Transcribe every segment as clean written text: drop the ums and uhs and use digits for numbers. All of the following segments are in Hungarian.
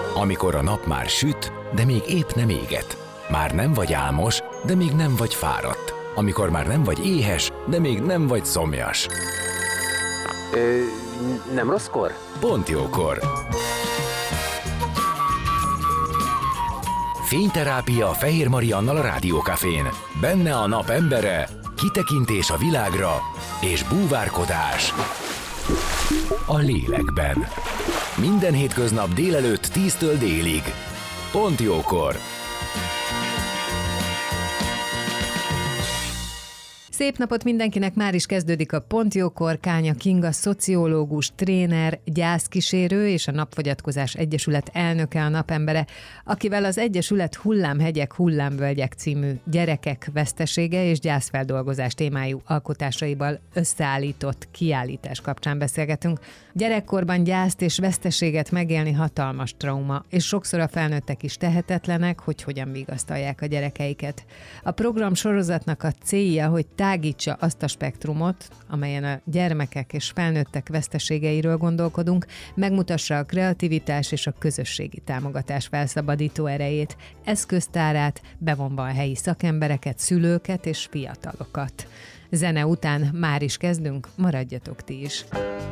Amikor a nap már süt, de még épp nem éget. Már nem vagy álmos, de még nem vagy fáradt. Amikor már nem vagy éhes, de még nem vagy szomjas. Nem rosszkor? Pont jókor. Fényterápia Fehér Mariannal a Rádiókafén. Benne a nap embere, kitekintés a világra és búvárkodás a lélekben. Minden hétköznap délelőtt 10-től délig. Pont jókor. Szép napot mindenkinek, már is kezdődik a Pont jókor. Kánya Kinga, szociológus, tréner, gyászkísérő és a Napfogyatkozás Egyesület elnöke, a napembere, akivel az Egyesület Hullámhegyek, hullámvölgyek című gyerekek vesztesége és gyászfeldolgozás témájú alkotásaival összeállított kiállítás kapcsán beszélgetünk. Gyerekkorban gyászt és veszteséget megélni hatalmas trauma, és sokszor a felnőttek is tehetetlenek, hogy hogyan vigasztalják a gyerekeiket. A program sorozatnak a célja, hogy tágítsa azt a spektrumot, amelyen a gyermekek és felnőttek veszteségeiről gondolkodunk, megmutassa a kreativitás és a közösségi támogatás felszabadító erejét, eszköztárát, bevonva a helyi szakembereket, szülőket és fiatalokat. Zene után már is kezdünk, maradjatok ti is!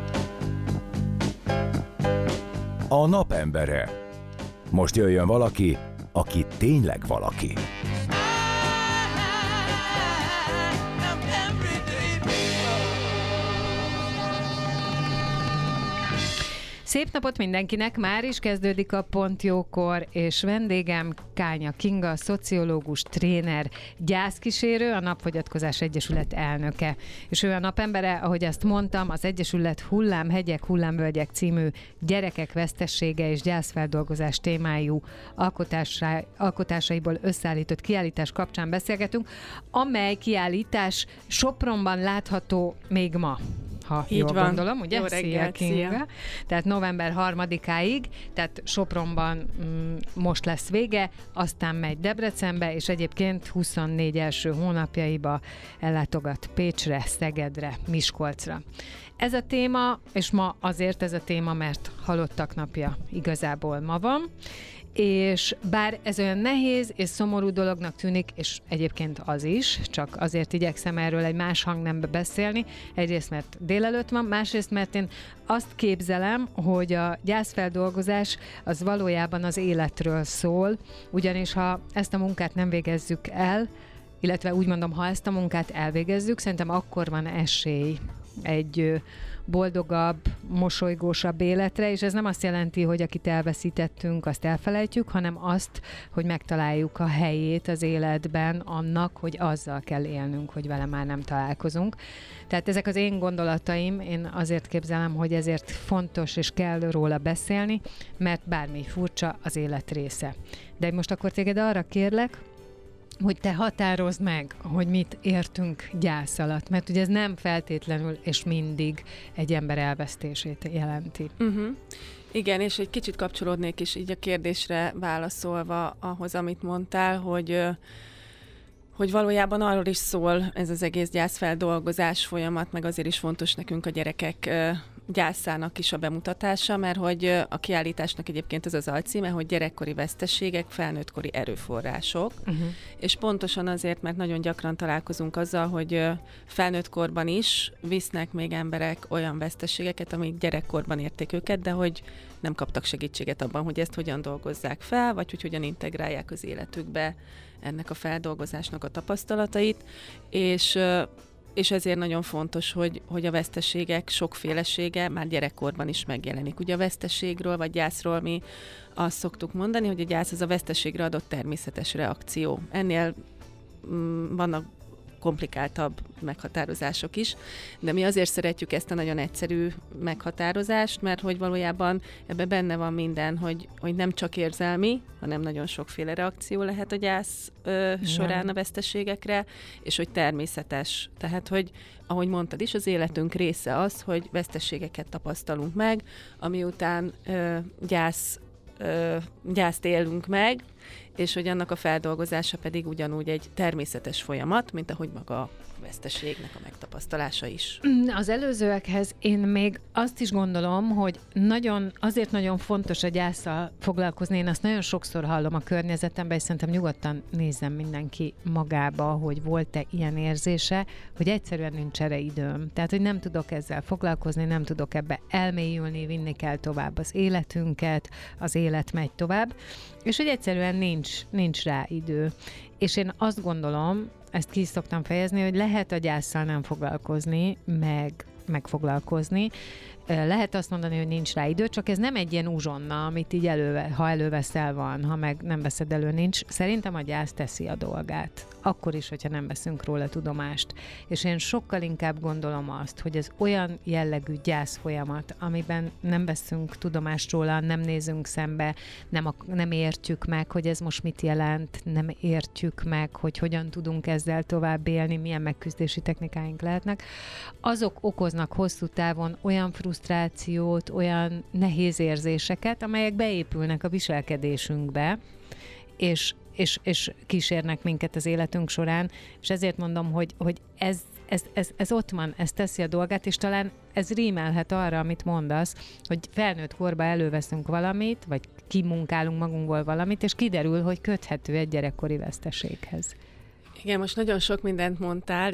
A napembere. Most jöjjön valaki, aki tényleg valaki. Szép napot mindenkinek, már is kezdődik a Pont jókor, és vendégem Kánya Kinga, szociológus, tréner, gyászkísérő, a Napfogyatkozás Egyesület elnöke. És ő a napembere, ahogy azt mondtam, az Egyesület Hullámhegyek, hullámvölgyek című gyerekek vesztessége és gyászfeldolgozás témájú alkotásaiból összeállított kiállítás kapcsán beszélgetünk, amely kiállítás Sopronban látható még ma. Ha így jól van. gondolom, ugye? Jó reggelt, szia. Tehát november 3-áig, tehát Sopronban most lesz vége, aztán megy Debrecenbe, és egyébként 24 első hónapjaiba ellátogat Pécsre, Szegedre, Miskolcra. Ez a téma, és ma azért ez a téma, mert halottak napja igazából ma van, és bár ez olyan nehéz és szomorú dolognak tűnik, és egyébként az is, csak azért igyekszem erről egy más hangnembe beszélni, egyrészt mert délelőtt van, másrészt mert én azt képzelem, hogy a gyászfeldolgozás az valójában az életről szól, ugyanis ha ezt a munkát nem végezzük el, illetve úgy mondom, ha ezt a munkát elvégezzük, szerintem akkor van esély egy boldogabb, mosolygósabb életre, és ez nem azt jelenti, hogy akit elveszítettünk, azt elfelejtjük, hanem azt, hogy megtaláljuk a helyét az életben annak, hogy azzal kell élnünk, hogy vele már nem találkozunk. Tehát ezek az én gondolataim, én azért képzelem, hogy ezért fontos és kell róla beszélni, mert bármi furcsa, az élet része. De most akkor téged arra kérlek, hogy te határozd meg, hogy mit értünk gyász alatt, mert ugye ez nem feltétlenül és mindig egy ember elvesztését jelenti. Igen, és egy kicsit kapcsolódnék is így a kérdésre válaszolva ahhoz, amit mondtál, hogy valójában arról is szól ez az egész gyászfeldolgozás folyamat, meg azért is fontos nekünk a gyerekek gyászának is a bemutatása, mert hogy a kiállításnak egyébként ez az alcíme, hogy gyerekkori veszteségek, felnőttkori erőforrások, és pontosan azért, mert nagyon gyakran találkozunk azzal, hogy felnőttkorban is visznek még emberek olyan veszteségeket, amik gyerekkorban érték őket, de hogy nem kaptak segítséget abban, hogy ezt hogyan dolgozzák fel, vagy hogy hogyan integrálják az életükbe ennek a feldolgozásnak a tapasztalatait, és ezért nagyon fontos, hogy a veszteségek sokfélesége már gyerekkorban is megjelenik. Ugye a veszteségről vagy gyászról mi azt szoktuk mondani, hogy a gyász az a veszteségre adott természetes reakció. Ennél vannak komplikáltabb meghatározások is, de mi azért szeretjük ezt a nagyon egyszerű meghatározást, mert hogy valójában ebben benne van minden, hogy nem csak érzelmi, hanem nagyon sokféle reakció lehet a gyász során a veszteségekre, és hogy természetes. Tehát, hogy ahogy mondtad is, az életünk része az, hogy veszteségeket tapasztalunk meg, ami után gyászt élünk meg, és hogy annak a feldolgozása pedig ugyanúgy egy természetes folyamat, mint ahogy maga a veszteségnek a megtapasztalása is. Az előzőekhez én még azt is gondolom, hogy azért nagyon fontos a gyászsal foglalkozni. Én azt nagyon sokszor hallom a környezetemben, és szerintem nyugodtan nézzem mindenki magába, hogy volt-e ilyen érzése, hogy egyszerűen nincs erre időm. Tehát, hogy nem tudok ezzel foglalkozni, nem tudok ebbe elmélyülni, vinni kell tovább az életünket, az élet megy tovább, és hogy egyszerűen nincs rá idő. És én azt gondolom, ezt ki is szoktam fejezni, hogy lehet a gyászsal nem foglalkozni, meg foglalkozni. Lehet azt mondani, hogy nincs rá idő, csak ez nem egy ilyen uzsonna, amit így ha előveszel van, ha meg nem veszed elő, nincs. Szerintem a gyász teszi a dolgát. Akkor is, hogyha nem veszünk róla tudomást. És én sokkal inkább gondolom azt, hogy ez olyan jellegű gyász folyamat, amiben nem veszünk tudomást róla, nem nézünk szembe, nem értjük meg, hogy ez most mit jelent, nem értjük meg, hogy hogyan tudunk ezzel tovább élni, milyen megküzdési technikáink lehetnek. Azok okoznak hosszú távon olyan frusztrációt, olyan nehéz érzéseket, amelyek beépülnek a viselkedésünkbe, és kísérnek minket az életünk során, és ezért mondom, hogy ez ott van, ez teszi a dolgát, és talán ez rímelhet arra, amit mondasz, hogy felnőtt korba előveszünk valamit, vagy kimunkálunk magunkból valamit, és kiderül, hogy köthető egy gyerekkori veszteséghez. Igen, most nagyon sok mindent mondtál,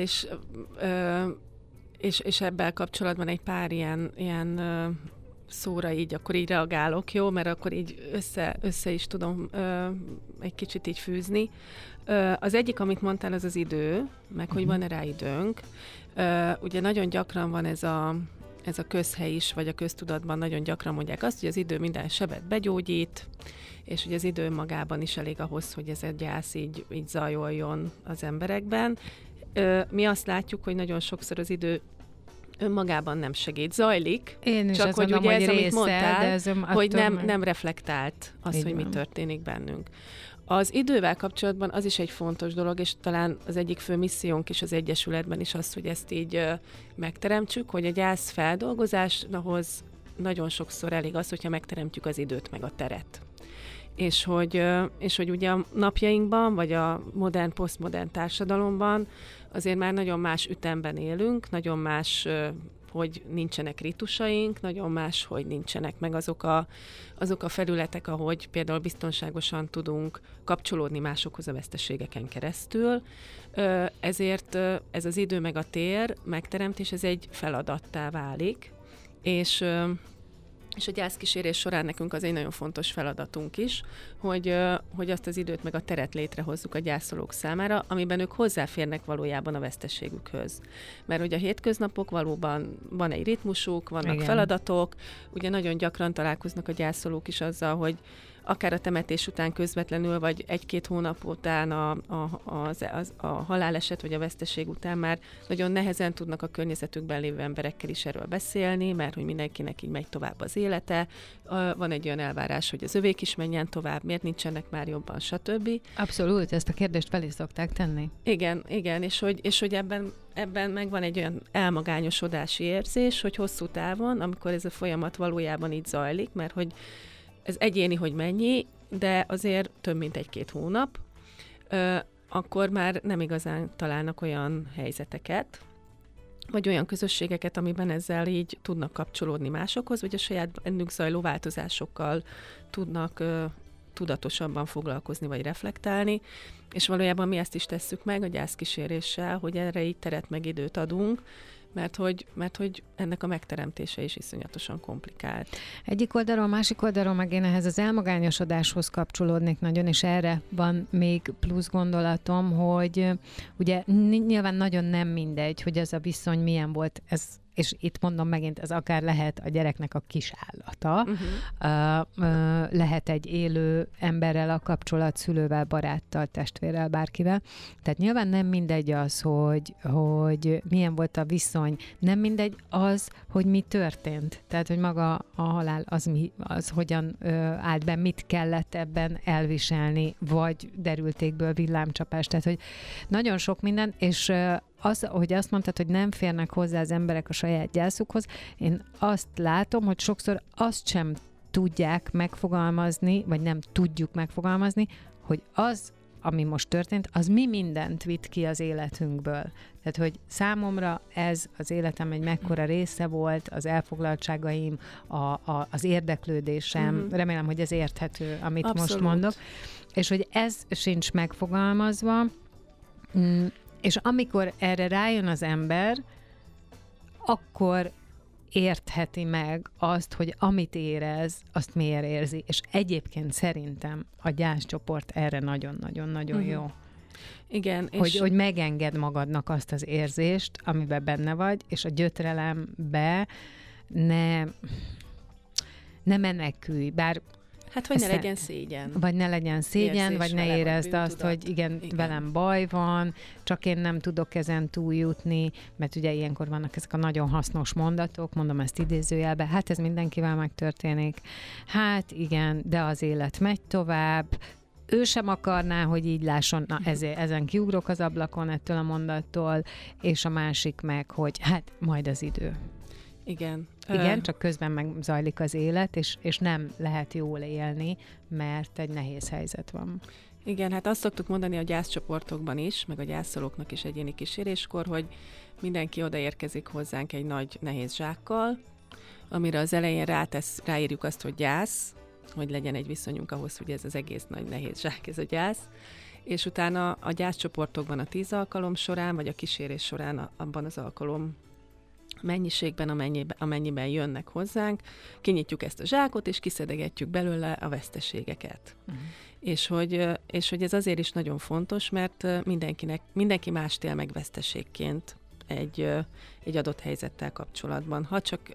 és ebben kapcsolatban egy pár ilyen szóra így reagálok, jó? Mert akkor így össze is tudom egy kicsit így fűzni. Az egyik, amit mondtál, az az idő, meg hogy van-e rá időnk. Ugye nagyon gyakran van ez a közhely is, vagy a köztudatban nagyon gyakran mondják azt, hogy az idő minden sebet begyógyít, és hogy az idő magában is elég ahhoz, hogy ez a gyász így zajoljon az emberekben. Mi azt látjuk, hogy nagyon sokszor az idő önmagában nem segít. Zajlik, én is csak hogy mondom, ugye hogy ez, része, amit mondtál, hogy nem reflektált az, hogy mi történik bennünk. Az idővel kapcsolatban az is egy fontos dolog, és talán az egyik fő missziónk is az Egyesületben is az, hogy ezt így megteremtsük, hogy a gyász feldolgozáshoz nagyon sokszor elég az, hogyha megteremtjük az időt meg a teret. És hogy ugye a napjainkban, vagy a modern, posztmodern társadalomban azért már nagyon más ütemben élünk, nagyon más, hogy nincsenek ritusaink, nagyon más, hogy nincsenek meg azok a felületek, ahogy például biztonságosan tudunk kapcsolódni másokhoz a veszteségeken keresztül. Ezért ez az idő meg a tér megteremtés, ez egy feladattá válik, és a gyászkísérés során nekünk az egy nagyon fontos feladatunk is, hogy azt az időt meg a teret létrehozzuk a gyászolók számára, amiben ők hozzáférnek valójában a veszteségükhöz. Mert ugye a hétköznapok valóban van egy ritmusuk, vannak feladatok, ugye nagyon gyakran találkoznak a gyászolók is azzal, hogy akár a temetés után közvetlenül, vagy 1-2 hónap után a haláleset, vagy a veszteség után már nagyon nehezen tudnak a környezetükben lévő emberekkel is erről beszélni, mert hogy mindenkinek így megy tovább az élete. Van egy olyan elvárás, hogy az övék is menjen tovább, miért nincsenek már jobban, stb. Abszolút, ezt a kérdést fel is szokták tenni. Igen, és hogy ebben megvan egy olyan elmagányosodási érzés, hogy hosszú távon, amikor ez a folyamat valójában így zajlik, mert hogy ez egyéni, hogy mennyi, de azért több mint 1-2 hónap, akkor már nem igazán találnak olyan helyzeteket, vagy olyan közösségeket, amiben ezzel így tudnak kapcsolódni másokhoz, vagy a saját bennük zajló változásokkal tudnak tudatosabban foglalkozni, vagy reflektálni, és valójában mi ezt is tesszük meg a gyászkíséréssel, hogy erre így teret meg időt adunk, mert hogy ennek a megteremtése is iszonyatosan komplikált. Egyik oldalról, másik oldalról meg én ehhez az elmagányosodáshoz kapcsolódnék nagyon, és erre van még plusz gondolatom, hogy ugye nyilván nagyon nem mindegy, hogy ez a viszony milyen volt, és itt mondom megint, ez akár lehet a gyereknek a kisállata, lehet egy élő emberrel a kapcsolat, szülővel, baráttal, testvérrel, bárkivel. Tehát nyilván nem mindegy az, hogy milyen volt a viszony, nem mindegy az, hogy mi történt. Tehát, hogy maga a halál az hogyan állt be, mit kellett ebben elviselni, vagy derültékből villámcsapás. Tehát, hogy nagyon sok minden, és hogy azt mondtad, hogy nem férnek hozzá az emberek a saját gyászukhoz, én azt látom, hogy sokszor azt sem tudják megfogalmazni, vagy nem tudjuk megfogalmazni, hogy az, ami most történt, az mi mindent vitt ki az életünkből. Tehát, hogy számomra ez az életem egy mekkora része volt, az elfoglaltságaim, az érdeklődésem, remélem, hogy ez érthető, amit Abszolút. most mondok, és hogy ez sincs megfogalmazva, és amikor erre rájön az ember, akkor értheti meg azt, hogy amit érez, azt miért érzi. És egyébként szerintem a gyászcsoport erre nagyon-nagyon-nagyon jó. Igen. Hogy megenged magadnak azt az érzést, amiben benne vagy, és a gyötrelembe ne menekülj, bár hát, hogy ne legyen szégyen. Vagy ne legyen szégyen, Érzés vagy ne vele, érezd vagy azt, bűntudat. hogy igen, velem baj van, csak én nem tudok ezen túljutni, mert ugye ilyenkor vannak ezek a nagyon hasznos mondatok, mondom ezt idézőjelbe, hát ez mindenkivel megtörténik. Hát igen, de az élet megy tovább, ő sem akarná, hogy így lásson, na ezen kiugrok az ablakon ettől a mondattól, és a másik meg, hogy hát majd az idő. Igen. Igen, csak közben meg zajlik az élet, és nem lehet jól élni, mert egy nehéz helyzet van. Igen, hát azt szoktuk mondani a gyászcsoportokban is, meg a gyászolóknak is egyéni kíséréskor, hogy mindenki odaérkezik hozzánk egy nagy nehéz zsákkal, amire az elején ráírjuk azt, hogy gyász, hogy legyen egy viszonyunk ahhoz, hogy ez az egész nagy nehéz zsák, ez a gyász, és utána a gyászcsoportokban a 10 alkalom során, vagy a kísérés során abban az alkalom mennyiségben, amennyiben jönnek hozzánk, kinyitjuk ezt a zsákot, és kiszedegetjük belőle a veszteségeket. És hogy ez azért is nagyon fontos, mert mindenki mást él meg veszteségként egy adott helyzettel kapcsolatban. Ha csak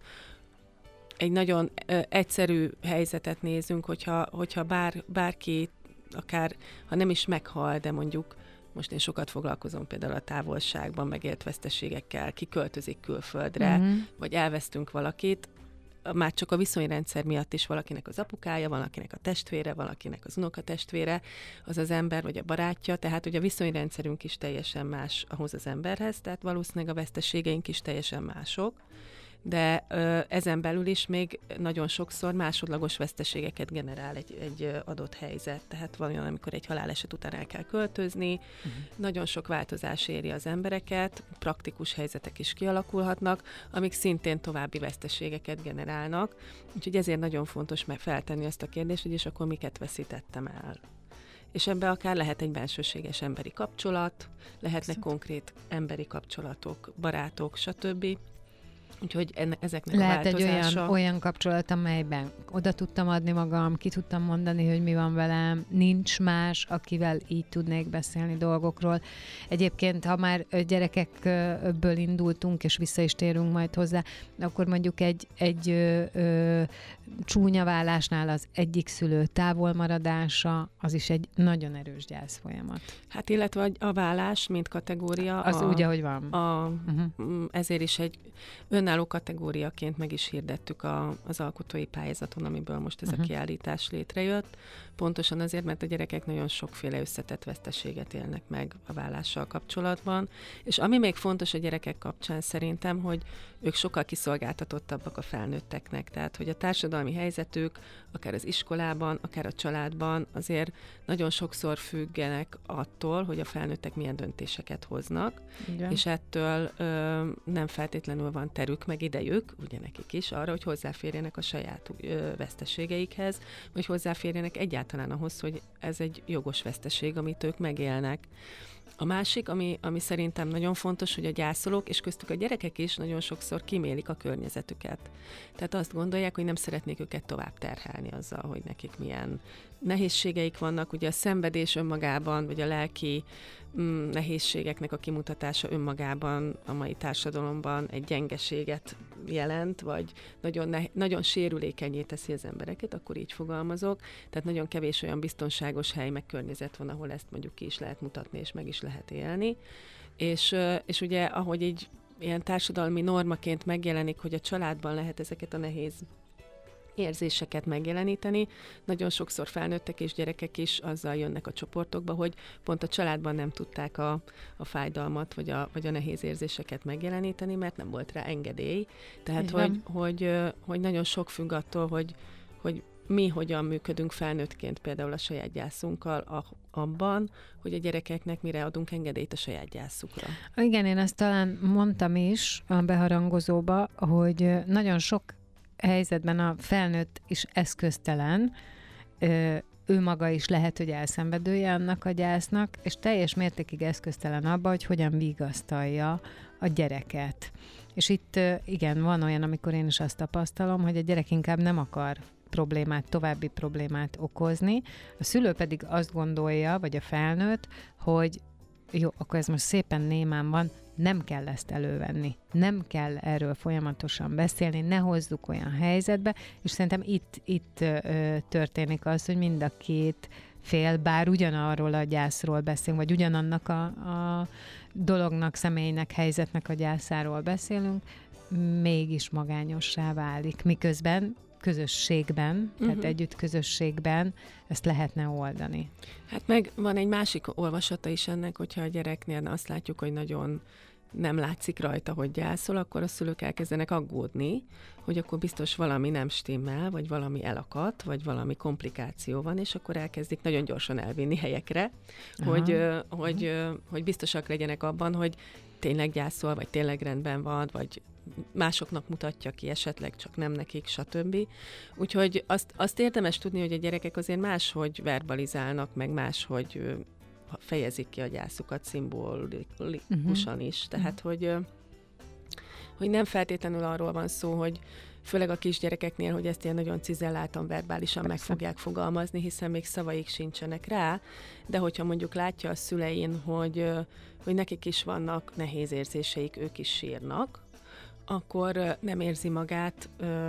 egy nagyon egyszerű helyzetet nézünk, hogyha bárki, akár ha nem is meghal, de mondjuk most én sokat foglalkozom például a távolságban megélt veszteségekkel, kiköltözik külföldre, vagy elvesztünk valakit, már csak a viszonyrendszer miatt is valakinek az apukája, valakinek a testvére, valakinek az unokatestvére, az az ember, vagy a barátja, tehát ugye a viszonyrendszerünk is teljesen más ahhoz az emberhez, tehát valószínűleg a veszteségeink is teljesen mások, de ezen belül is még nagyon sokszor másodlagos veszteségeket generál egy adott helyzet. Tehát van olyan, amikor egy haláleset után el kell költözni, nagyon sok változás éri az embereket, praktikus helyzetek is kialakulhatnak, amik szintén további veszteségeket generálnak. Úgyhogy ezért nagyon fontos feltenni azt a kérdést, hogy és akkor miket veszítettem el. És ebbe akár lehet egy bensőséges emberi kapcsolat, lehetnek konkrét emberi kapcsolatok, barátok, stb. Úgyhogy ezeknek lehet a változása... egy olyan kapcsolat, amelyben oda tudtam adni magam, ki tudtam mondani, hogy mi van velem, nincs más, akivel így tudnék beszélni dolgokról. Egyébként, ha már gyerekekből indultunk, és vissza is térünk majd hozzá, akkor mondjuk egy csúnya válásnál az egyik szülő távolmaradása, az is egy nagyon erős gyászfolyamat. Hát illetve a vállás, mint kategória... Az úgy, ahogy van. Ezért is egy önálló kategóriaként meg is hirdettük az alkotói pályázaton, amiből most ez a kiállítás létrejött. Pontosan azért, mert a gyerekek nagyon sokféle összetett veszteséget élnek meg a vállással kapcsolatban. És ami még fontos a gyerekek kapcsán szerintem, hogy ők sokkal kiszolgáltatottabbak a felnőtteknek. Tehát, hogy a társadalmi helyzetük, akár az iskolában, akár a családban azért nagyon sokszor függenek attól, hogy a felnőttek milyen döntéseket hoznak, igen. És ettől nem feltétlenül van terük, meg idejük, ugye nekik is, arra, hogy hozzáférjenek a saját veszteségeikhez, vagy hozzáférjenek egyáltalán ahhoz, hogy ez egy jogos veszteség, amit ők megélnek. A másik, ami szerintem nagyon fontos, hogy a gyászolók, és köztük a gyerekek is nagyon sokszor kímélik a környezetüket. Tehát azt gondolják, hogy nem szeretnék őket tovább terhelni azzal, hogy nekik milyen nehézségeik vannak. Ugye a szenvedés önmagában, vagy a lelki nehézségeknek a kimutatása önmagában a mai társadalomban egy gyengeséget jelent, vagy nagyon sérülékenyé teszi az embereket, akkor így fogalmazok. Tehát nagyon kevés olyan biztonságos hely, meg környezet van, ahol ezt mondjuk ki is lehet mutatni, és meg is lehet élni. És ugye, ahogy így ilyen társadalmi normaként megjelenik, hogy a családban lehet ezeket a nehéz érzéseket megjeleníteni. Nagyon sokszor felnőttek és gyerekek is azzal jönnek a csoportokba, hogy pont a családban nem tudták a fájdalmat, vagy a nehéz érzéseket megjeleníteni, mert nem volt rá engedély. Tehát, hogy nagyon sok függ attól, hogy mi hogyan működünk felnőttként például a saját gyászunkkal abban, hogy a gyerekeknek mire adunk engedélyt a saját gyászukra. Igen, én ezt talán mondtam is a beharangozóba, hogy nagyon sok helyzetben a felnőtt is eszköztelen, ő maga is lehet, hogy elszenvedője annak a gyásznak, és teljes mértékig eszköztelen abba, hogy hogyan vigasztalja a gyereket. És itt igen, van olyan, amikor én is azt tapasztalom, hogy a gyerek inkább nem akar további problémát okozni, a szülő pedig azt gondolja, vagy a felnőtt, hogy jó, akkor ez most szépen némán van, nem kell ezt elővenni, nem kell erről folyamatosan beszélni, ne hozzuk olyan helyzetbe, és szerintem itt történik az, hogy mind a két fél, bár ugyanarról a gyászról beszélünk, vagy ugyanannak a dolognak, személynek, helyzetnek a gyászáról beszélünk, mégis magányossá válik, miközben közösségben, tehát együtt közösségben ezt lehetne oldani. Hát meg van egy másik olvasata is ennek, hogyha a gyereknél azt látjuk, hogy nagyon nem látszik rajta, hogy gyászol, akkor a szülők elkezdenek aggódni, hogy akkor biztos valami nem stimmel, vagy valami elakadt, vagy valami komplikáció van, és akkor elkezdik nagyon gyorsan elvinni helyekre, hogy biztosak legyenek abban, hogy tényleg gyászol, vagy tényleg rendben van, vagy másoknak mutatja ki, esetleg csak nem nekik, stb. Úgyhogy azt érdemes tudni, hogy a gyerekek azért máshogy verbalizálnak, meg máshogy fejezik ki a gyászukat szimbolikusan is. Tehát, hogy nem feltétlenül arról van szó, hogy főleg a kisgyerekeknél, hogy ezt ilyen nagyon cizelláltan, verbálisan meg fogják fogalmazni, hiszen még szavaik sincsenek rá, de hogyha mondjuk látja a szülein, hogy nekik is vannak nehéz érzéseik, ők is sírnak, akkor nem érzi magát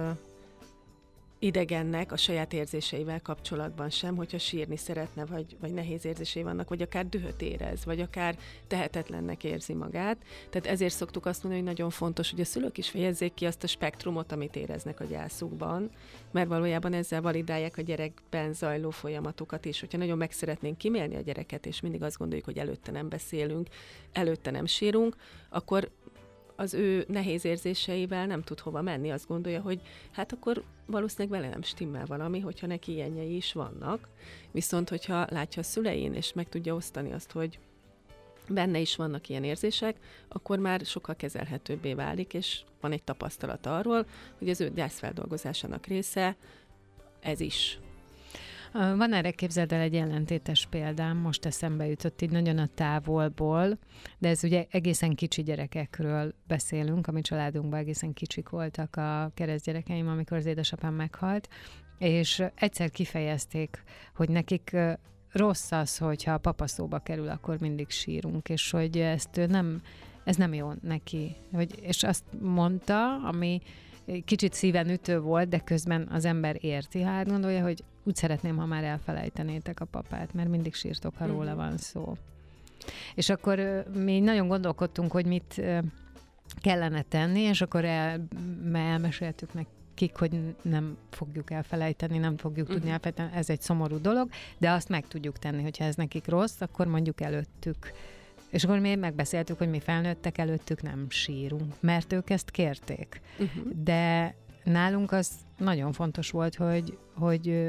idegennek a saját érzéseivel kapcsolatban sem, hogyha sírni szeretne, vagy nehéz érzései vannak, vagy akár dühöt érez, vagy akár tehetetlennek érzi magát. Tehát ezért szoktuk azt mondani, hogy nagyon fontos, hogy a szülők is fejezzék ki azt a spektrumot, amit éreznek a gyászukban, mert valójában ezzel validálják a gyerekben zajló folyamatokat is. Hogyha nagyon meg szeretnénk kimélni a gyereket, és mindig azt gondoljuk, hogy előtte nem beszélünk, előtte nem sírunk, akkor az ő nehéz érzéseivel nem tud hova menni, azt gondolja, hogy hát akkor valószínűleg vele nem stimmel valami, hogyha neki ilyenjei is vannak. Viszont, hogyha látja a szülein, és meg tudja osztani azt, hogy benne is vannak ilyen érzések, akkor már sokkal kezelhetőbbé válik, és van egy tapasztalat arról, hogy az ő gyászfeldolgozásának része ez is. Van erre, képzeld el, egy ellentétes példám, most eszembe jutott így nagyon a távolból, de ez ugye egészen kicsi gyerekekről beszélünk, a mi családunkban egészen kicsik voltak a keresztgyerekeim, amikor az édesapám meghalt, és egyszer kifejezték, hogy nekik rossz az, hogyha a papa szóba kerül, akkor mindig sírunk, és hogy ez nem jó neki. És azt mondta, ami kicsit szíven ütő volt, de közben az ember érti, hát gondolja, hogy úgy szeretném, ha már elfelejtenétek a papát, mert mindig sírtok, ha róla van szó. És akkor mi nagyon gondolkodtunk, hogy mit kellene tenni, és akkor elmeséltük nekik, hogy nem fogjuk elfelejteni, nem fogjuk tudni elfelejteni, ez egy szomorú dolog, de azt meg tudjuk tenni, hogyha ez nekik rossz, akkor mondjuk előttük. És akkor mi megbeszéltük, hogy mi felnőttek előttük nem sírunk, mert ők ezt kérték. De nálunk az nagyon fontos volt, hogy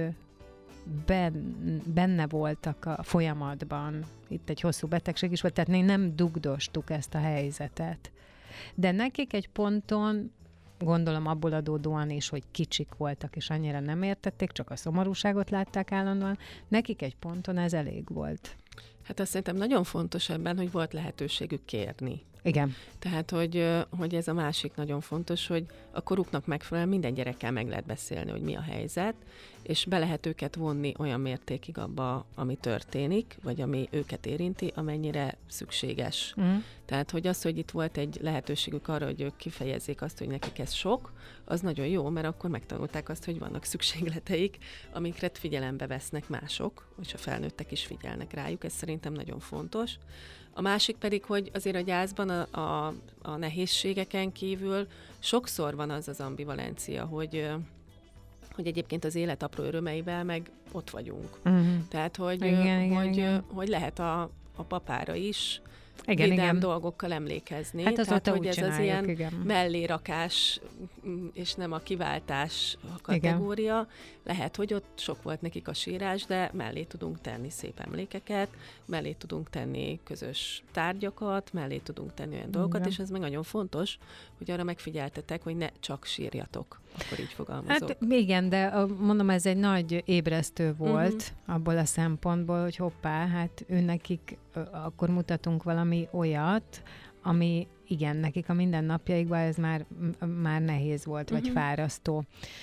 benne voltak a folyamatban. Itt egy hosszú betegség is volt, tehát nem dugdostuk ezt a helyzetet. De nekik egy ponton, gondolom abból adódóan is, hogy kicsik voltak, és annyira nem értették, csak a szomorúságot látták állandóan, nekik egy ponton ez elég volt. Hát azt szerintem nagyon fontos ebben, hogy volt lehetőségük kérni. Igen. Tehát, hogy ez a másik nagyon fontos, hogy a koruknak megfelelően minden gyerekkel meg lehet beszélni, hogy mi a helyzet, és be lehet őket vonni olyan mértékig abba, ami történik, vagy ami őket érinti, amennyire szükséges. Tehát, hogy az, hogy itt volt egy lehetőségük arra, hogy ők kifejezzék azt, hogy nekik ez sok, az nagyon jó, mert akkor megtanulták azt, hogy vannak szükségleteik, amiket figyelembe vesznek mások, és a felnőttek is figyelnek rájuk, ez szerintem nagyon fontos. A másik pedig, hogy azért a gyászban a nehézségeken kívül sokszor van az ambivalencia, hogy egyébként az élet apró örömeivel meg ott vagyunk. Tehát, hogy lehet a papára is vidám dolgokkal emlékezni. Hát tehát, hogy ez az ilyen igen. mellérakás, és nem a kiváltás kategória. Igen. Lehet, hogy ott sok volt nekik a sírás, de mellé tudunk tenni szép emlékeket, mellé tudunk tenni közös tárgyakat, mellé tudunk tenni olyan dolgokat, és ez meg nagyon fontos, hogy arra megfigyeltetek, hogy ne csak sírjatok. Akkor így fogalmazok. Hát igen, de mondom, ez egy nagy ébresztő volt abból a szempontból, hogy hoppá, hát őnekik akkor mutatunk valami olyat, ami igen, nekik a mindennapjaikban ez már nehéz volt, vagy fárasztó.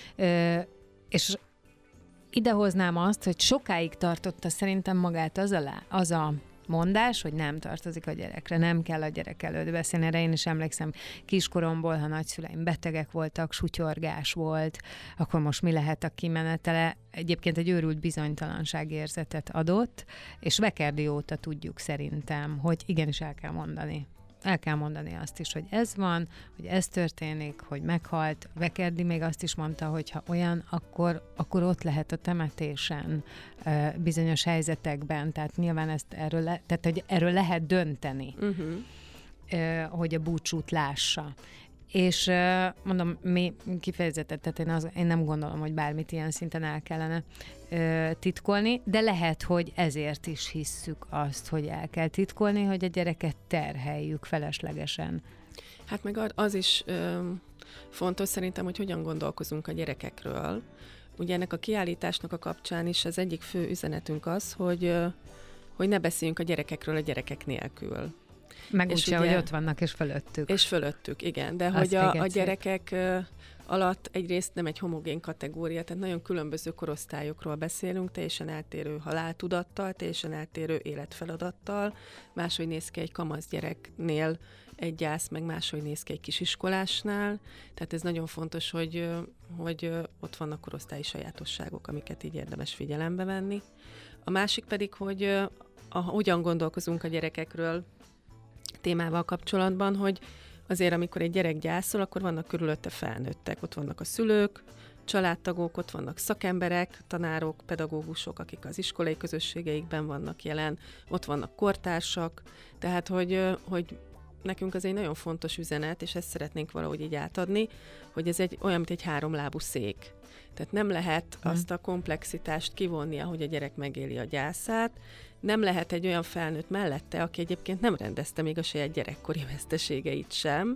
És idehoznám azt, hogy sokáig tartotta szerintem magát az a mondás, hogy nem tartozik a gyerekre, nem kell a gyerek előtt beszélni. Erre én is emlékszem kiskoromból, ha nagyszüleim betegek voltak, sutyorgás volt, akkor most mi lehet a kimenetele. Egyébként egy őrült bizonytalanságérzetet adott, és Vekerdi óta tudjuk szerintem, hogy igenis el kell mondani. El kell mondani azt is, hogy ez van, hogy ez történik, hogy meghalt. Vekerdi még azt is mondta, hogy ha olyan, akkor ott lehet a temetésen bizonyos helyzetekben. Tehát nyilván hogy erről lehet dönteni, hogy a búcsút lássa. És mondom, mi kifejezetten, tehát én nem gondolom, hogy bármit ilyen szinten el kellene titkolni, de lehet, hogy ezért is hisszük azt, hogy el kell titkolni, hogy a gyereket terheljük feleslegesen. Hát meg az is fontos szerintem, hogy hogyan gondolkozunk a gyerekekről. Ugye ennek a kiállításnak a kapcsán is az egyik fő üzenetünk az, hogy ne beszéljünk a gyerekekről a gyerekek nélkül. Meg úgyse, hogy ott vannak, és fölöttük. És fölöttük, igen. De hogy a gyerekek alatt egyrészt nem egy homogén kategória, tehát nagyon különböző korosztályokról beszélünk, teljesen eltérő haláltudattal, teljesen eltérő életfeladattal. Máshogy néz ki egy kamasz gyereknél egy gyász, meg máshogy néz ki egy kisiskolásnál. Tehát ez nagyon fontos, hogy ott vannak korosztályi sajátosságok, amiket így érdemes figyelembe venni. A másik pedig, hogy hogyan gondolkozunk a gyerekekről témával kapcsolatban, hogy azért, amikor egy gyerek gyászol, akkor vannak körülötte felnőttek. Ott vannak a szülők, családtagok, ott vannak szakemberek, tanárok, pedagógusok, akik az iskolai közösségeikben vannak jelen, ott vannak kortársak, tehát, hogy nekünk az egy nagyon fontos üzenet, és ezt szeretnénk valahogy így átadni, hogy ez olyan, mint egy háromlábú szék. Tehát nem lehet azt a komplexitást kivonni, ahogy a gyerek megéli a gyászát, nem lehet egy olyan felnőtt mellette, aki egyébként nem rendezte még a saját gyerekkori veszteségeit sem,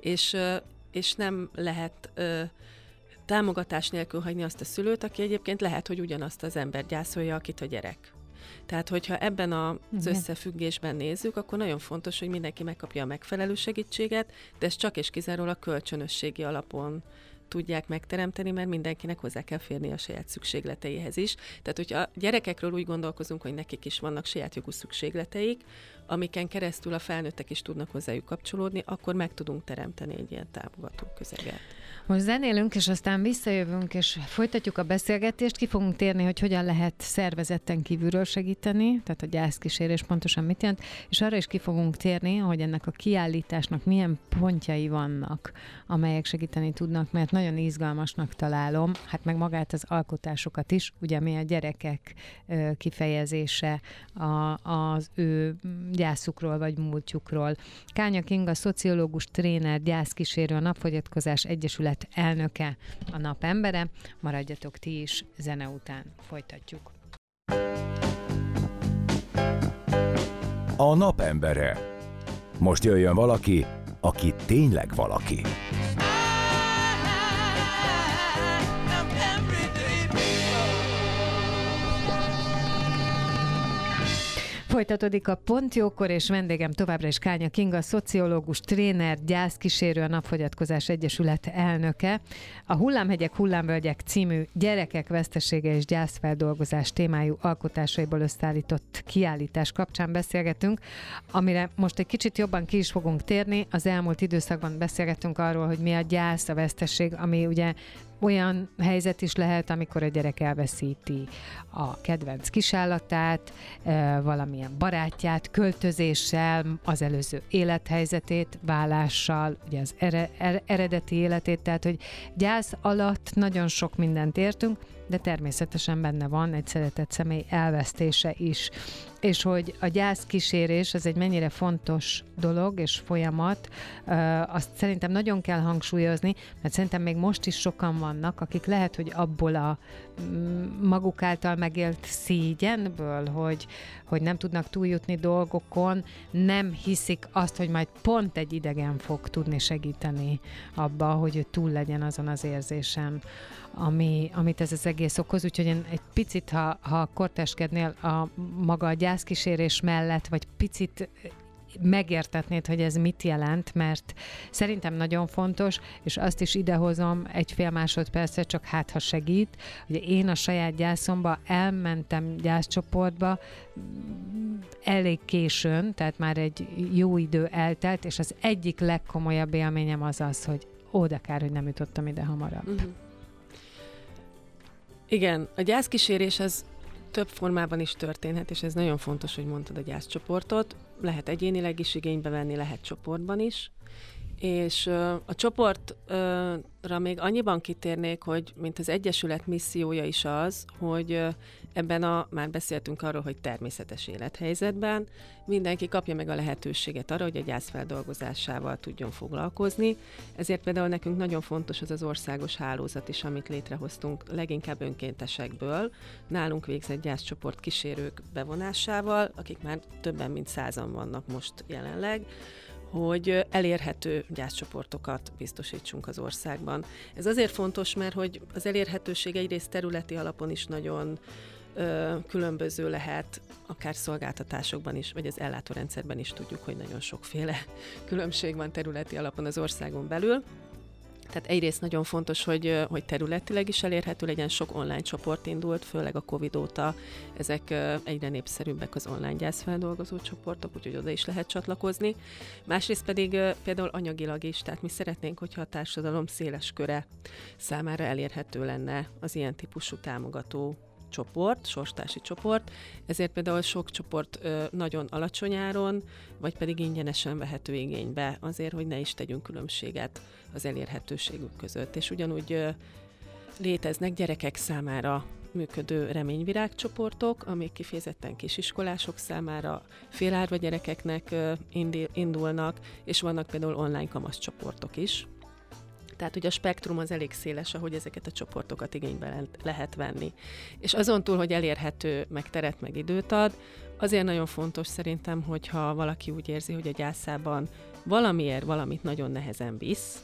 és nem lehet támogatás nélkül hagyni azt a szülőt, aki egyébként lehet, hogy ugyanazt az ember gyászolja, akit a gyerek. Tehát, hogyha ebben az összefüggésben nézzük, akkor nagyon fontos, hogy mindenki megkapja a megfelelő segítséget, de ez csak és kizárólag kölcsönösségi alapon tudják megteremteni, mert mindenkinek hozzá kell férni a saját szükségleteihez is. Tehát, hogyha gyerekekről úgy gondolkozunk, hogy nekik is vannak saját jogú szükségleteik, amiken keresztül a felnőttek is tudnak hozzájuk kapcsolódni, akkor meg tudunk teremteni egy ilyen támogató közeget. Most zenélünk, és aztán visszajövünk, és folytatjuk a beszélgetést, ki fogunk térni, hogy hogyan lehet szervezetten kívülről segíteni, tehát a gyászkísérés pontosan mit jelent, és arra is ki fogunk térni, hogy ennek a kiállításnak milyen pontjai vannak, amelyek segíteni tudnak, mert nagyon izgalmasnak találom, hát meg magát az alkotásokat is, ugye mi a gyerekek kifejezése az ő gyászukról vagy múltjukról. Kánya Kinga, szociológus, tréner, gyászkísérő, a Napfogyatkozás Egyesület elnöke, a napembere. Maradjatok ti is, zene után folytatjuk. A napembere. Most jöjjön valaki, aki tényleg valaki. Folytatódik a Pont Jókor, és vendégem továbbra is Kánya Kinga, szociológus, tréner, gyászkísérő, a Napfogyatkozás Egyesület elnöke. A Hullámhegyek, hullámvölgyek című gyerekek vesztesége és gyászfeldolgozás témájú alkotásaiból összeállított kiállítás kapcsán beszélgetünk, amire most egy kicsit jobban ki is fogunk térni. Az elmúlt időszakban beszélgettünk arról, hogy mi a gyász, a veszteség, ami ugye olyan helyzet is lehet, amikor a gyerek elveszíti a kedvenc kisállatát, valamilyen barátját, költözéssel, az előző élethelyzetét, válással, ugye az eredeti életét, tehát hogy gyász alatt nagyon sok mindent értünk, de természetesen benne van egy szeretett személy elvesztése is. És hogy a gyászkísérés az egy mennyire fontos dolog és folyamat, azt szerintem nagyon kell hangsúlyozni, mert szerintem még most is sokan vannak, akik lehet, hogy abból a maguk által megélt szégyenből, hogy nem tudnak túljutni dolgokon, nem hiszik azt, hogy majd pont egy idegen fog tudni segíteni abba, hogy ő túl legyen azon az érzésen, amit ez az egész okoz. Úgyhogy én egy picit, ha korteskednél maga a gyászkísérés mellett, vagy picit megértetnéd, hogy ez mit jelent, mert szerintem nagyon fontos, és azt is idehozom egy fél másodpercre, csak hát ha segít, hogy én a saját gyászomba elmentem gyászcsoportba elég későn, tehát már egy jó idő eltelt, és az egyik legkomolyabb élményem az, hogy de kár, hogy nem jutottam ide hamarabb. Uh-huh. Igen, a gyászkísérés az több formában is történhet, és ez nagyon fontos, hogy mondtad a gyászcsoportot. Lehet egyénileg is igénybe venni, lehet csoportban is. És a csoportra még annyiban kitérnék, hogy mint az Egyesület missziója is az, hogy ebben már beszéltünk arról, hogy természetes élethelyzetben mindenki kapja meg a lehetőséget arra, hogy a gyász feldolgozásával tudjon foglalkozni. Ezért például nekünk nagyon fontos az országos hálózat is, amit létrehoztunk leginkább önkéntesekből, nálunk végzett gyászcsoport kísérők bevonásával, akik már többen mint 100-an vannak most jelenleg, hogy elérhető gyászcsoportokat biztosítsunk az országban. Ez azért fontos, mert hogy az elérhetőség egyrészt területi alapon is nagyon különböző lehet, akár szolgáltatásokban is, vagy az ellátórendszerben is tudjuk, hogy nagyon sokféle különbség van területi alapon az országon belül. Tehát egyrészt nagyon fontos, hogy területileg is elérhető legyen, sok online csoport indult, főleg a Covid óta ezek egyre népszerűbbek az online gyászfeldolgozó csoportok, úgyhogy oda is lehet csatlakozni. Másrészt pedig például anyagilag is, tehát mi szeretnénk, hogyha a társadalom széles köre számára elérhető lenne az ilyen típusú támogató csoport, sorstársi csoport, ezért például sok csoport nagyon alacsony áron, vagy pedig ingyenesen vehető igénybe, azért, hogy ne is tegyünk különbséget az elérhetőségük között. És ugyanúgy léteznek gyerekek számára működő reményvirágcsoportok, amik kifejezetten kisiskolások számára félárva gyerekeknek indulnak, és vannak például online kamaszcsoportok is. Tehát ugye a spektrum az elég széles, ahogy ezeket a csoportokat igénybe lehet venni. És azon túl, hogy elérhető, meg teret, meg időt ad, azért nagyon fontos szerintem, hogyha valaki úgy érzi, hogy a gyászában valamit nagyon nehezen visz,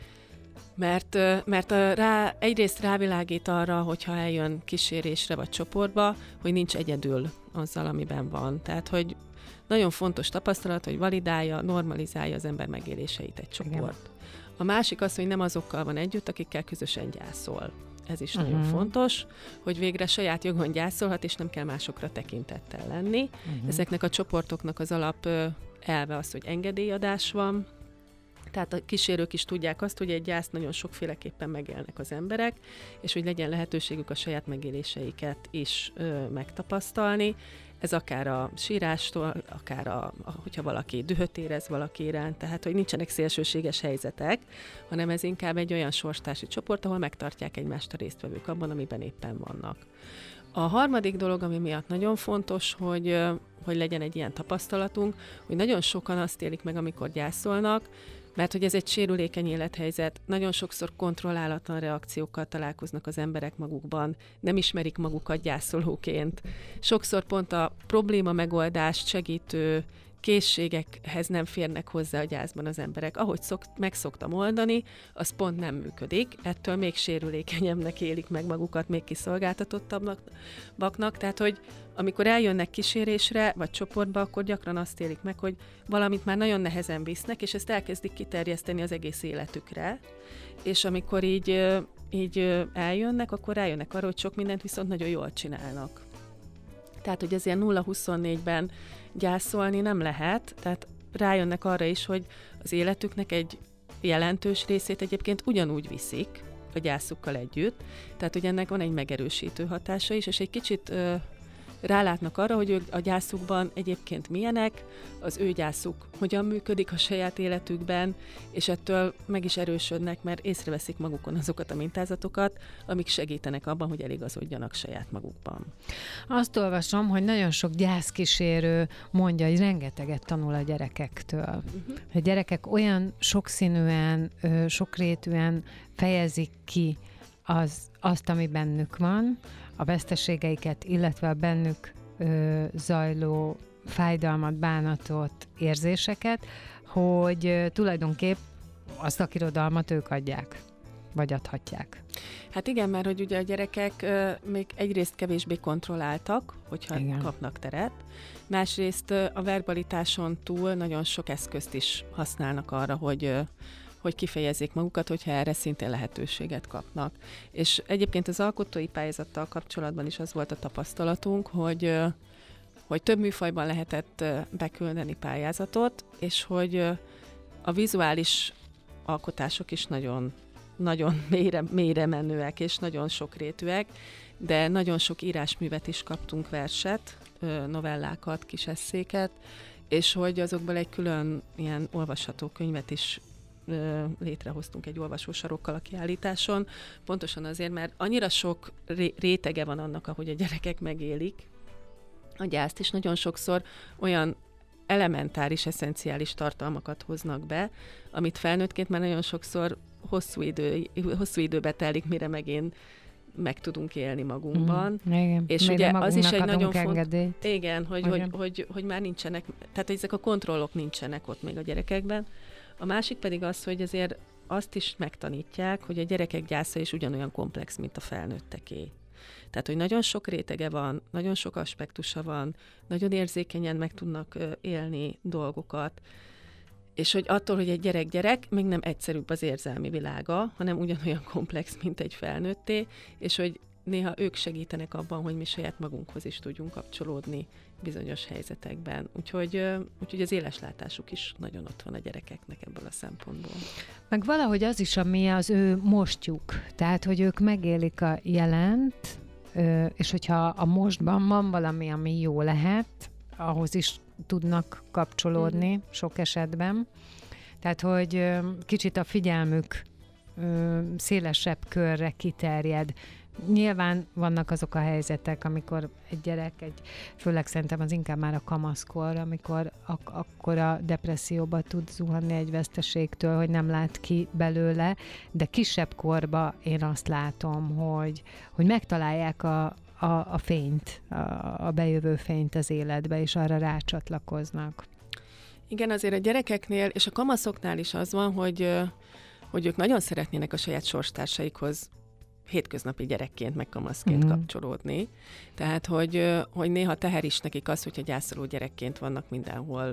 mert egyrészt rávilágít arra, hogyha eljön kísérésre vagy csoportba, hogy nincs egyedül azzal, amiben van. Tehát, hogy nagyon fontos tapasztalat, hogy validálja, normalizálja az ember megéléseit egy csoport. Igen. A másik az, hogy nem azokkal van együtt, akikkel közösen gyászol. Ez is nagyon fontos, hogy végre saját jogon gyászolhat, és nem kell másokra tekintettel lenni. Ezeknek a csoportoknak az alap elve az, hogy engedélyadás van, tehát a kísérők is tudják azt, hogy egy gyászt nagyon sokféleképpen megélnek az emberek, és hogy legyen lehetőségük a saját megéléseiket is megtapasztalni. Ez akár a sírástól, akár hogyha valaki dühöt érez valaki iránt, tehát hogy nincsenek szélsőséges helyzetek, hanem ez inkább egy olyan sorstársi csoport, ahol megtartják egymást a résztvevők abban, amiben éppen vannak. A harmadik dolog, ami miatt nagyon fontos, hogy legyen egy ilyen tapasztalatunk, hogy nagyon sokan azt élik meg, amikor gyászolnak, mert hogy ez egy sérülékeny élethelyzet, nagyon sokszor kontrollálatlan reakciókkal találkoznak az emberek magukban, nem ismerik magukat gyászolóként. Sokszor pont a probléma megoldást segítő készségekhez nem férnek hozzá a gyászban az emberek. Ahogy meg szoktam oldani, az pont nem működik, ettől még sérülékenyebbnek élik meg magukat, még kiszolgáltatottabbaknak, tehát hogy amikor eljönnek kísérésre, vagy csoportba, akkor gyakran azt élik meg, hogy valamit már nagyon nehezen visznek, és ezt elkezdik kiterjeszteni az egész életükre, és amikor így eljönnek, akkor rájönnek arra, hogy sok mindent viszont nagyon jól csinálnak. Tehát, hogy azért 0-24-ben gyászolni nem lehet, tehát rájönnek arra is, hogy az életüknek egy jelentős részét egyébként ugyanúgy viszik a gyászukkal együtt, tehát, hogy ennek van egy megerősítő hatása is, és egy kicsit rálátnak arra, hogy ők a gyászukban egyébként milyenek, az ő gyászuk hogyan működik a saját életükben, és ettől meg is erősödnek, mert észreveszik magukon azokat a mintázatokat, amik segítenek abban, hogy eligazodjanak saját magukban. Azt olvasom, hogy nagyon sok gyászkísérő mondja, hogy rengeteget tanul a gyerekektől. A gyerekek olyan sokszínűen, sokrétűen fejezik ki azt, ami bennük van, a veszteségeiket, illetve a bennük zajló fájdalmat, bánatot, érzéseket, hogy tulajdonképp a szakirodalmat ők adják, vagy adhatják. Hát igen, mert hogy ugye a gyerekek még egyrészt kevésbé kontrolláltak, hogyha igen. kapnak teret, másrészt a verbalitáson túl nagyon sok eszközt is használnak arra, hogy kifejezzék magukat, hogyha erre szintén lehetőséget kapnak. És egyébként az alkotói pályázattal kapcsolatban is az volt a tapasztalatunk, hogy több műfajban lehetett beküldeni pályázatot, és hogy a vizuális alkotások is nagyon, nagyon mélyre menőek, és nagyon sokrétűek, de nagyon sok írásművet is kaptunk, verset, novellákat, kis esszéket, és hogy azokból egy külön ilyen olvasható könyvet is létrehoztunk egy olvasósarokkal a kiállításon, pontosan azért, mert annyira sok rétege van annak, ahogy a gyerekek megélik a gyászt, és nagyon sokszor olyan elementáris, eszenciális tartalmakat hoznak be, amit felnőttként már nagyon sokszor hosszú időbe telik, mire megint meg tudunk élni magunkban. Igen. És ugye az is egy nagyon fontos... Igen, hogy már nincsenek, tehát ezek a kontrollok nincsenek ott még a gyerekekben. A másik pedig az, hogy azért azt is megtanítják, hogy a gyerekek gyásza is ugyanolyan komplex, mint a felnőtteké. Tehát, hogy nagyon sok rétege van, nagyon sok aspektusa van, nagyon érzékenyen meg tudnak élni dolgokat, és hogy attól, hogy egy gyerek, még nem egyszerűbb az érzelmi világa, hanem ugyanolyan komplex, mint egy felnőtté, és hogy néha ők segítenek abban, hogy mi saját magunkhoz is tudjunk kapcsolódni bizonyos helyzetekben. Úgyhogy az éleslátásuk is nagyon ott van a gyerekeknek ebből a szempontból. Meg valahogy az is, ami az ő mostjuk. Tehát, hogy ők megélik a jelent, és hogyha a mostban van valami, ami jó lehet, ahhoz is tudnak kapcsolódni sok esetben. Tehát, hogy kicsit a figyelmük szélesebb körre kiterjed. Nyilván vannak azok a helyzetek, amikor egy gyerek, főleg szerintem az inkább már a kamaszkor, amikor akkor a depresszióba tud zuhanni egy veszteségtől, hogy nem lát ki belőle, de kisebb korba én azt látom, hogy megtalálják a fényt, a bejövő fényt az életbe, és arra rácsatlakoznak. Igen, azért a gyerekeknél, és a kamaszoknál is az van, hogy ők nagyon szeretnének a saját sorstársaikhoz hétköznapi gyerekként, meg kamaszként kapcsolódni. Tehát, hogy néha teher is nekik az, hogyha gyászoló gyerekként vannak mindenhol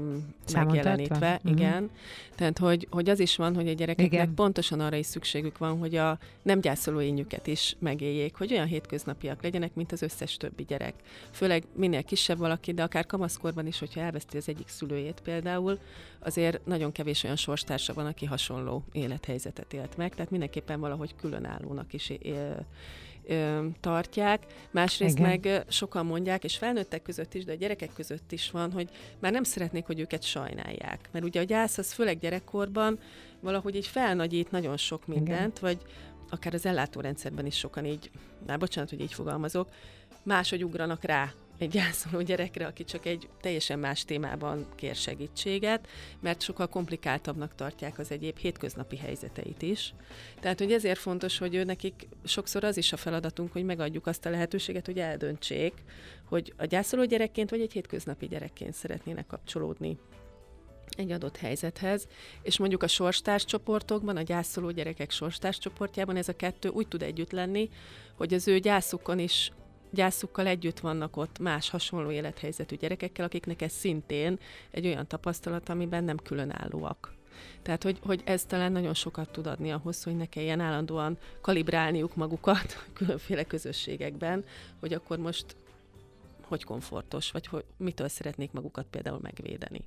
megjelenítve. Igen. Tehát, hogy az is van, hogy a gyerekeknek pontosan arra is szükségük van, hogy a nem gyászoló énjüket is megéljék, hogy olyan hétköznapiak legyenek, mint az összes többi gyerek. Főleg minél kisebb valaki, de akár kamaszkorban is, hogyha elveszti az egyik szülőjét például, azért nagyon kevés olyan sorstársa van, aki hasonló élethelyzetet élt meg, tehát mindenképpen valahogy különállónak is tartják. Másrészt meg sokan mondják, és felnőttek között is, de a gyerekek között is van, hogy már nem szeretnék, hogy őket sajnálják. Mert ugye a gyász az főleg gyerekkorban valahogy így felnagyít nagyon sok mindent, vagy akár az ellátórendszerben is sokan így, bocsánat, hogy így fogalmazok, máshogy ugranak rá egy gyászoló gyerekre, aki csak egy teljesen más témában kér segítséget, mert sokkal komplikáltabbnak tartják az egyéb hétköznapi helyzeteit is. Tehát, hogy ezért fontos, hogy nekik sokszor az is a feladatunk, hogy megadjuk azt a lehetőséget, hogy eldöntsék, hogy a gyászoló gyerekként vagy egy hétköznapi gyerekként szeretnének kapcsolódni egy adott helyzethez, és mondjuk a sorstárscsoportokban, a gyászoló gyerekek sorstárscsoportjában ez a kettő úgy tud együtt lenni, hogy az ő gyászukkal együtt vannak ott más hasonló élethelyzetű gyerekekkel, akiknek ez szintén egy olyan tapasztalat, amiben nem különállóak. Tehát, hogy ez talán nagyon sokat tud adni ahhoz, hogy ne kelljen állandóan kalibrálniuk magukat különféle közösségekben, hogy akkor most hogy komfortos, vagy mitől szeretnék magukat például megvédeni.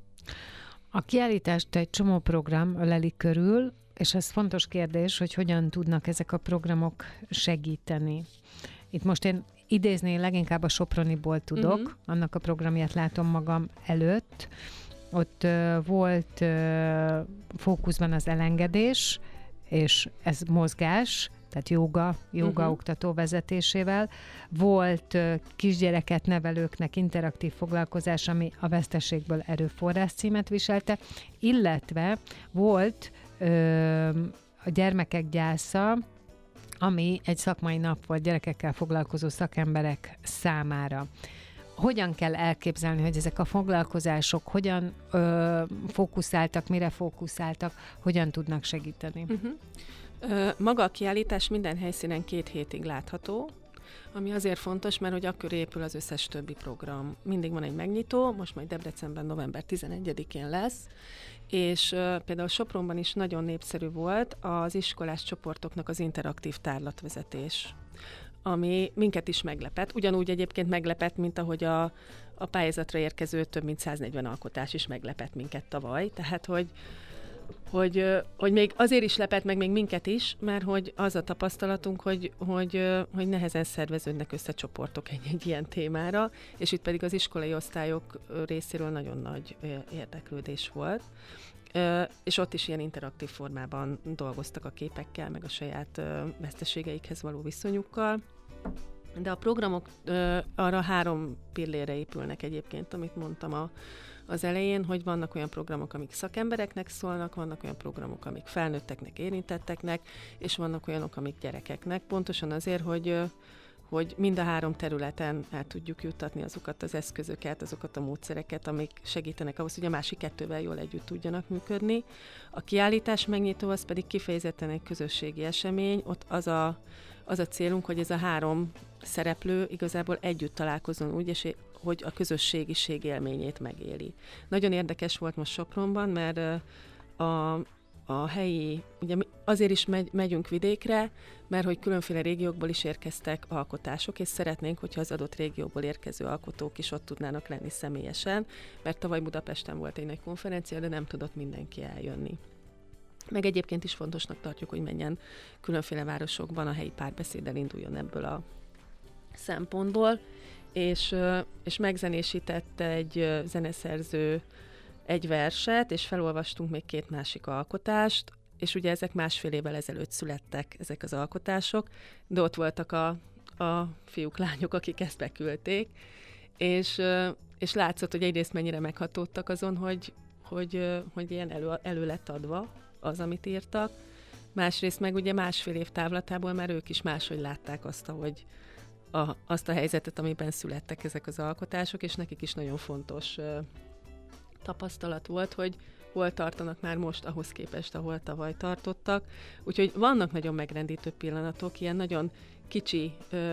A kiállítást egy csomó program öleli körül, és ez fontos kérdés, hogy hogyan tudnak ezek a programok segíteni. Itt most én idézni leginkább a Soproniból tudok, annak a programját látom magam előtt. Ott volt fókuszban az elengedés, és ez mozgás, tehát jóga oktató vezetésével. Volt kisgyereket nevelőknek interaktív foglalkozás, ami a veszteségből erőforrás címet viselte, illetve volt a gyermekek gyásza, ami egy szakmai nap volt gyerekekkel foglalkozó szakemberek számára. Hogyan kell elképzelni, hogy ezek a foglalkozások hogyan fókuszáltak, mire fókuszáltak, hogyan tudnak segíteni? Maga a kiállítás minden helyszínen 2 hétig látható, ami azért fontos, mert hogy akkor épül az összes többi program. Mindig van egy megnyitó, most majd Debrecenben november 11-én lesz, és például Sopronban is nagyon népszerű volt az iskolás csoportoknak az interaktív tárlatvezetés, ami minket is meglepett. Ugyanúgy egyébként meglepett, mint ahogy a pályázatra érkező több mint 140 alkotás is meglepett minket tavaly. Tehát, hogy még azért is lepett meg még minket is, mert hogy az a tapasztalatunk, hogy nehezen szerveződnek össze csoportok egy ilyen témára, és itt pedig az iskolai osztályok részéről nagyon nagy érdeklődés volt. És ott is ilyen interaktív formában dolgoztak a képekkel, meg a saját veszteségeikhez való viszonyukkal. De a programok arra 3 pillére épülnek egyébként, amit mondtam az elején, hogy vannak olyan programok, amik szakembereknek szólnak, vannak olyan programok, amik felnőtteknek, érintetteknek, és vannak olyanok, amik gyerekeknek. Pontosan azért, hogy mind a 3 területen el tudjuk juttatni azokat az eszközöket, azokat a módszereket, amik segítenek ahhoz, hogy a másik 2-vel jól együtt tudjanak működni. A kiállítás megnyitó az pedig kifejezetten egy közösségi esemény, ott az a célunk, hogy ez a 3 szereplő igazából együtt találkozzon úgy, és hogy a közösségiség élményét megéli. Nagyon érdekes volt most Sopronban, mert a helyi, ugye azért is megyünk vidékre, mert hogy különféle régiókból is érkeztek alkotások, és szeretnénk, hogyha az adott régióból érkező alkotók is ott tudnának lenni személyesen, mert tavaly Budapesten volt egy nagy konferencia, de nem tudott mindenki eljönni. Meg egyébként is fontosnak tartjuk, hogy menjen különféle városokban, a helyi párbeszéddel induljon ebből a szempontból, és megzenésített egy zeneszerző egy verset, és felolvastunk még 2 másik alkotást, és ugye ezek 1,5 évvel ezelőtt születtek ezek az alkotások, de ott voltak a fiúk, lányok, akik ezt beküldték, és látszott, hogy egyrészt mennyire meghatódtak azon, hogy ilyen elő lett adva az, amit írtak, másrészt meg ugye 1,5 év távlatából már ők is máshogy látták azt a helyzetet, amiben születtek ezek az alkotások, és nekik is nagyon fontos tapasztalat volt, hogy hol tartanak már most ahhoz képest, ahol tavaly tartottak. Úgyhogy vannak nagyon megrendítő pillanatok, ilyen nagyon kicsi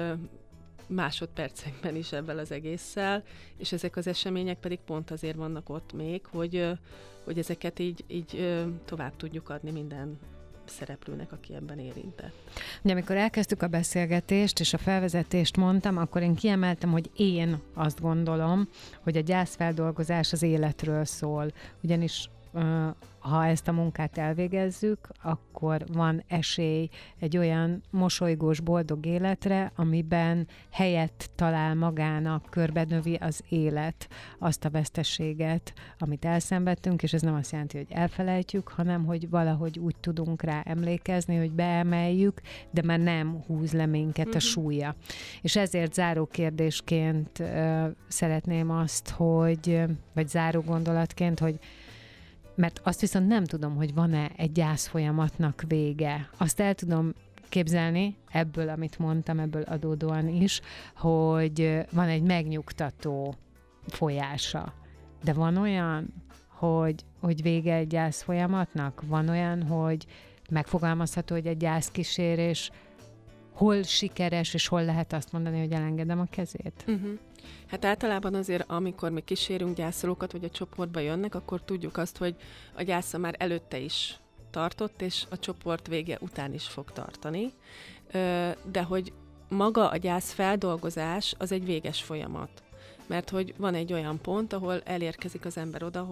másodpercekben is ebből az egésszel, és ezek az események pedig pont azért vannak ott még, hogy ezeket így tovább tudjuk adni minden szereplőnek, aki ebben érintett. Ugye, amikor elkezdtük a beszélgetést, és a felvezetést mondtam, akkor én kiemeltem, hogy én azt gondolom, hogy a gyászfeldolgozás az életről szól. Ugyanis ha ezt a munkát elvégezzük, akkor van esély egy olyan mosolygós, boldog életre, amiben helyet talál magának, körbenövi az élet, azt a veszteséget, amit elszenvedtünk, és ez nem azt jelenti, hogy elfelejtjük, hanem hogy valahogy úgy tudunk rá emlékezni, hogy beemeljük, de már nem húz le minket a súlya. És ezért záró kérdésként szeretném azt, vagy záró gondolatként, hogy mert azt viszont nem tudom, hogy van-e egy gyászfolyamatnak vége. Azt el tudom képzelni, ebből, amit mondtam, ebből adódóan is, hogy van egy megnyugtató folyása. De van olyan, hogy vége egy gyászfolyamatnak? Van olyan, hogy megfogalmazható, hogy egy gyászkísérés hol sikeres, és hol lehet azt mondani, hogy elengedem a kezét? Hát általában azért, amikor mi kísérünk gyászolókat, vagy a csoportba jönnek, akkor tudjuk azt, hogy a gyásza már előtte is tartott, és a csoport vége után is fog tartani. De hogy maga a gyászfeldolgozás az egy véges folyamat. Mert hogy van egy olyan pont, ahol elérkezik az ember oda,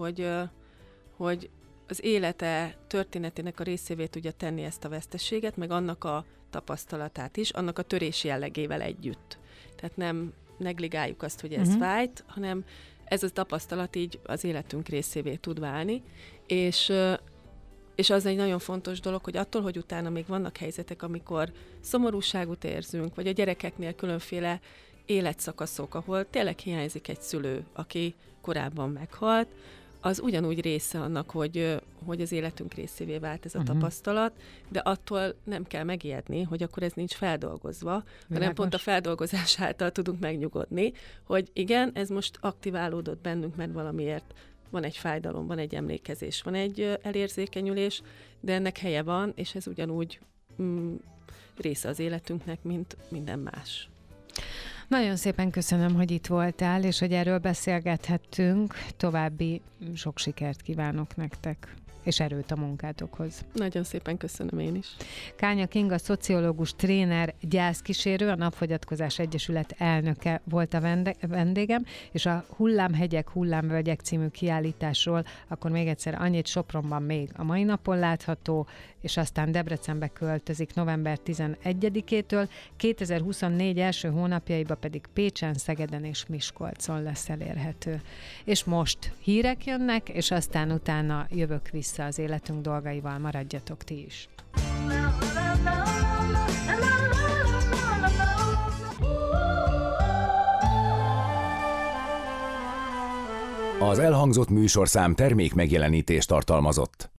hogy az élete történetének a részévé tudja tenni ezt a veszteséget, meg annak a tapasztalatát is, annak a törés jellegével együtt. tehát nem negligáljuk azt, hogy ez fájt, hanem ez a tapasztalat így az életünk részévé tud válni, és az egy nagyon fontos dolog, hogy attól, hogy utána még vannak helyzetek, amikor szomorúságot érzünk, vagy a gyerekeknél különféle életszakaszok, ahol tényleg hiányzik egy szülő, aki korábban meghalt, az ugyanúgy része annak, hogy az életünk részévé vált ez a tapasztalat, de attól nem kell megijedni, hogy akkor ez nincs feldolgozva, hanem pont a feldolgozás által tudunk megnyugodni, hogy igen, ez most aktiválódott bennünk, mert valamiért van egy fájdalom, van egy emlékezés, van egy elérzékenyülés, de ennek helye van, és ez ugyanúgy része az életünknek, mint minden más. Nagyon szépen köszönöm, hogy itt voltál, és hogy erről beszélgethettünk. További sok sikert kívánok nektek, és erőt a munkátokhoz. Nagyon szépen köszönöm én is. Kánya Kinga, szociológus, tréner, gyászkísérő, a Napfogyatkozás Egyesület elnöke volt a vendégem, és a Hullámhegyek, hullámvölgyek című kiállításról akkor még egyszer annyit: Sopronban még a mai napon látható, és aztán Debrecenbe költözik november 11-től, 2024 első hónapjaiban pedig Pécsen, Szegeden és Miskolcon lesz elérhető. És most hírek jönnek, és aztán utána jövök vissza az életünk dolgaival, maradjatok ti is. Az elhangzott műsorszám termék megjelenítést tartalmazott.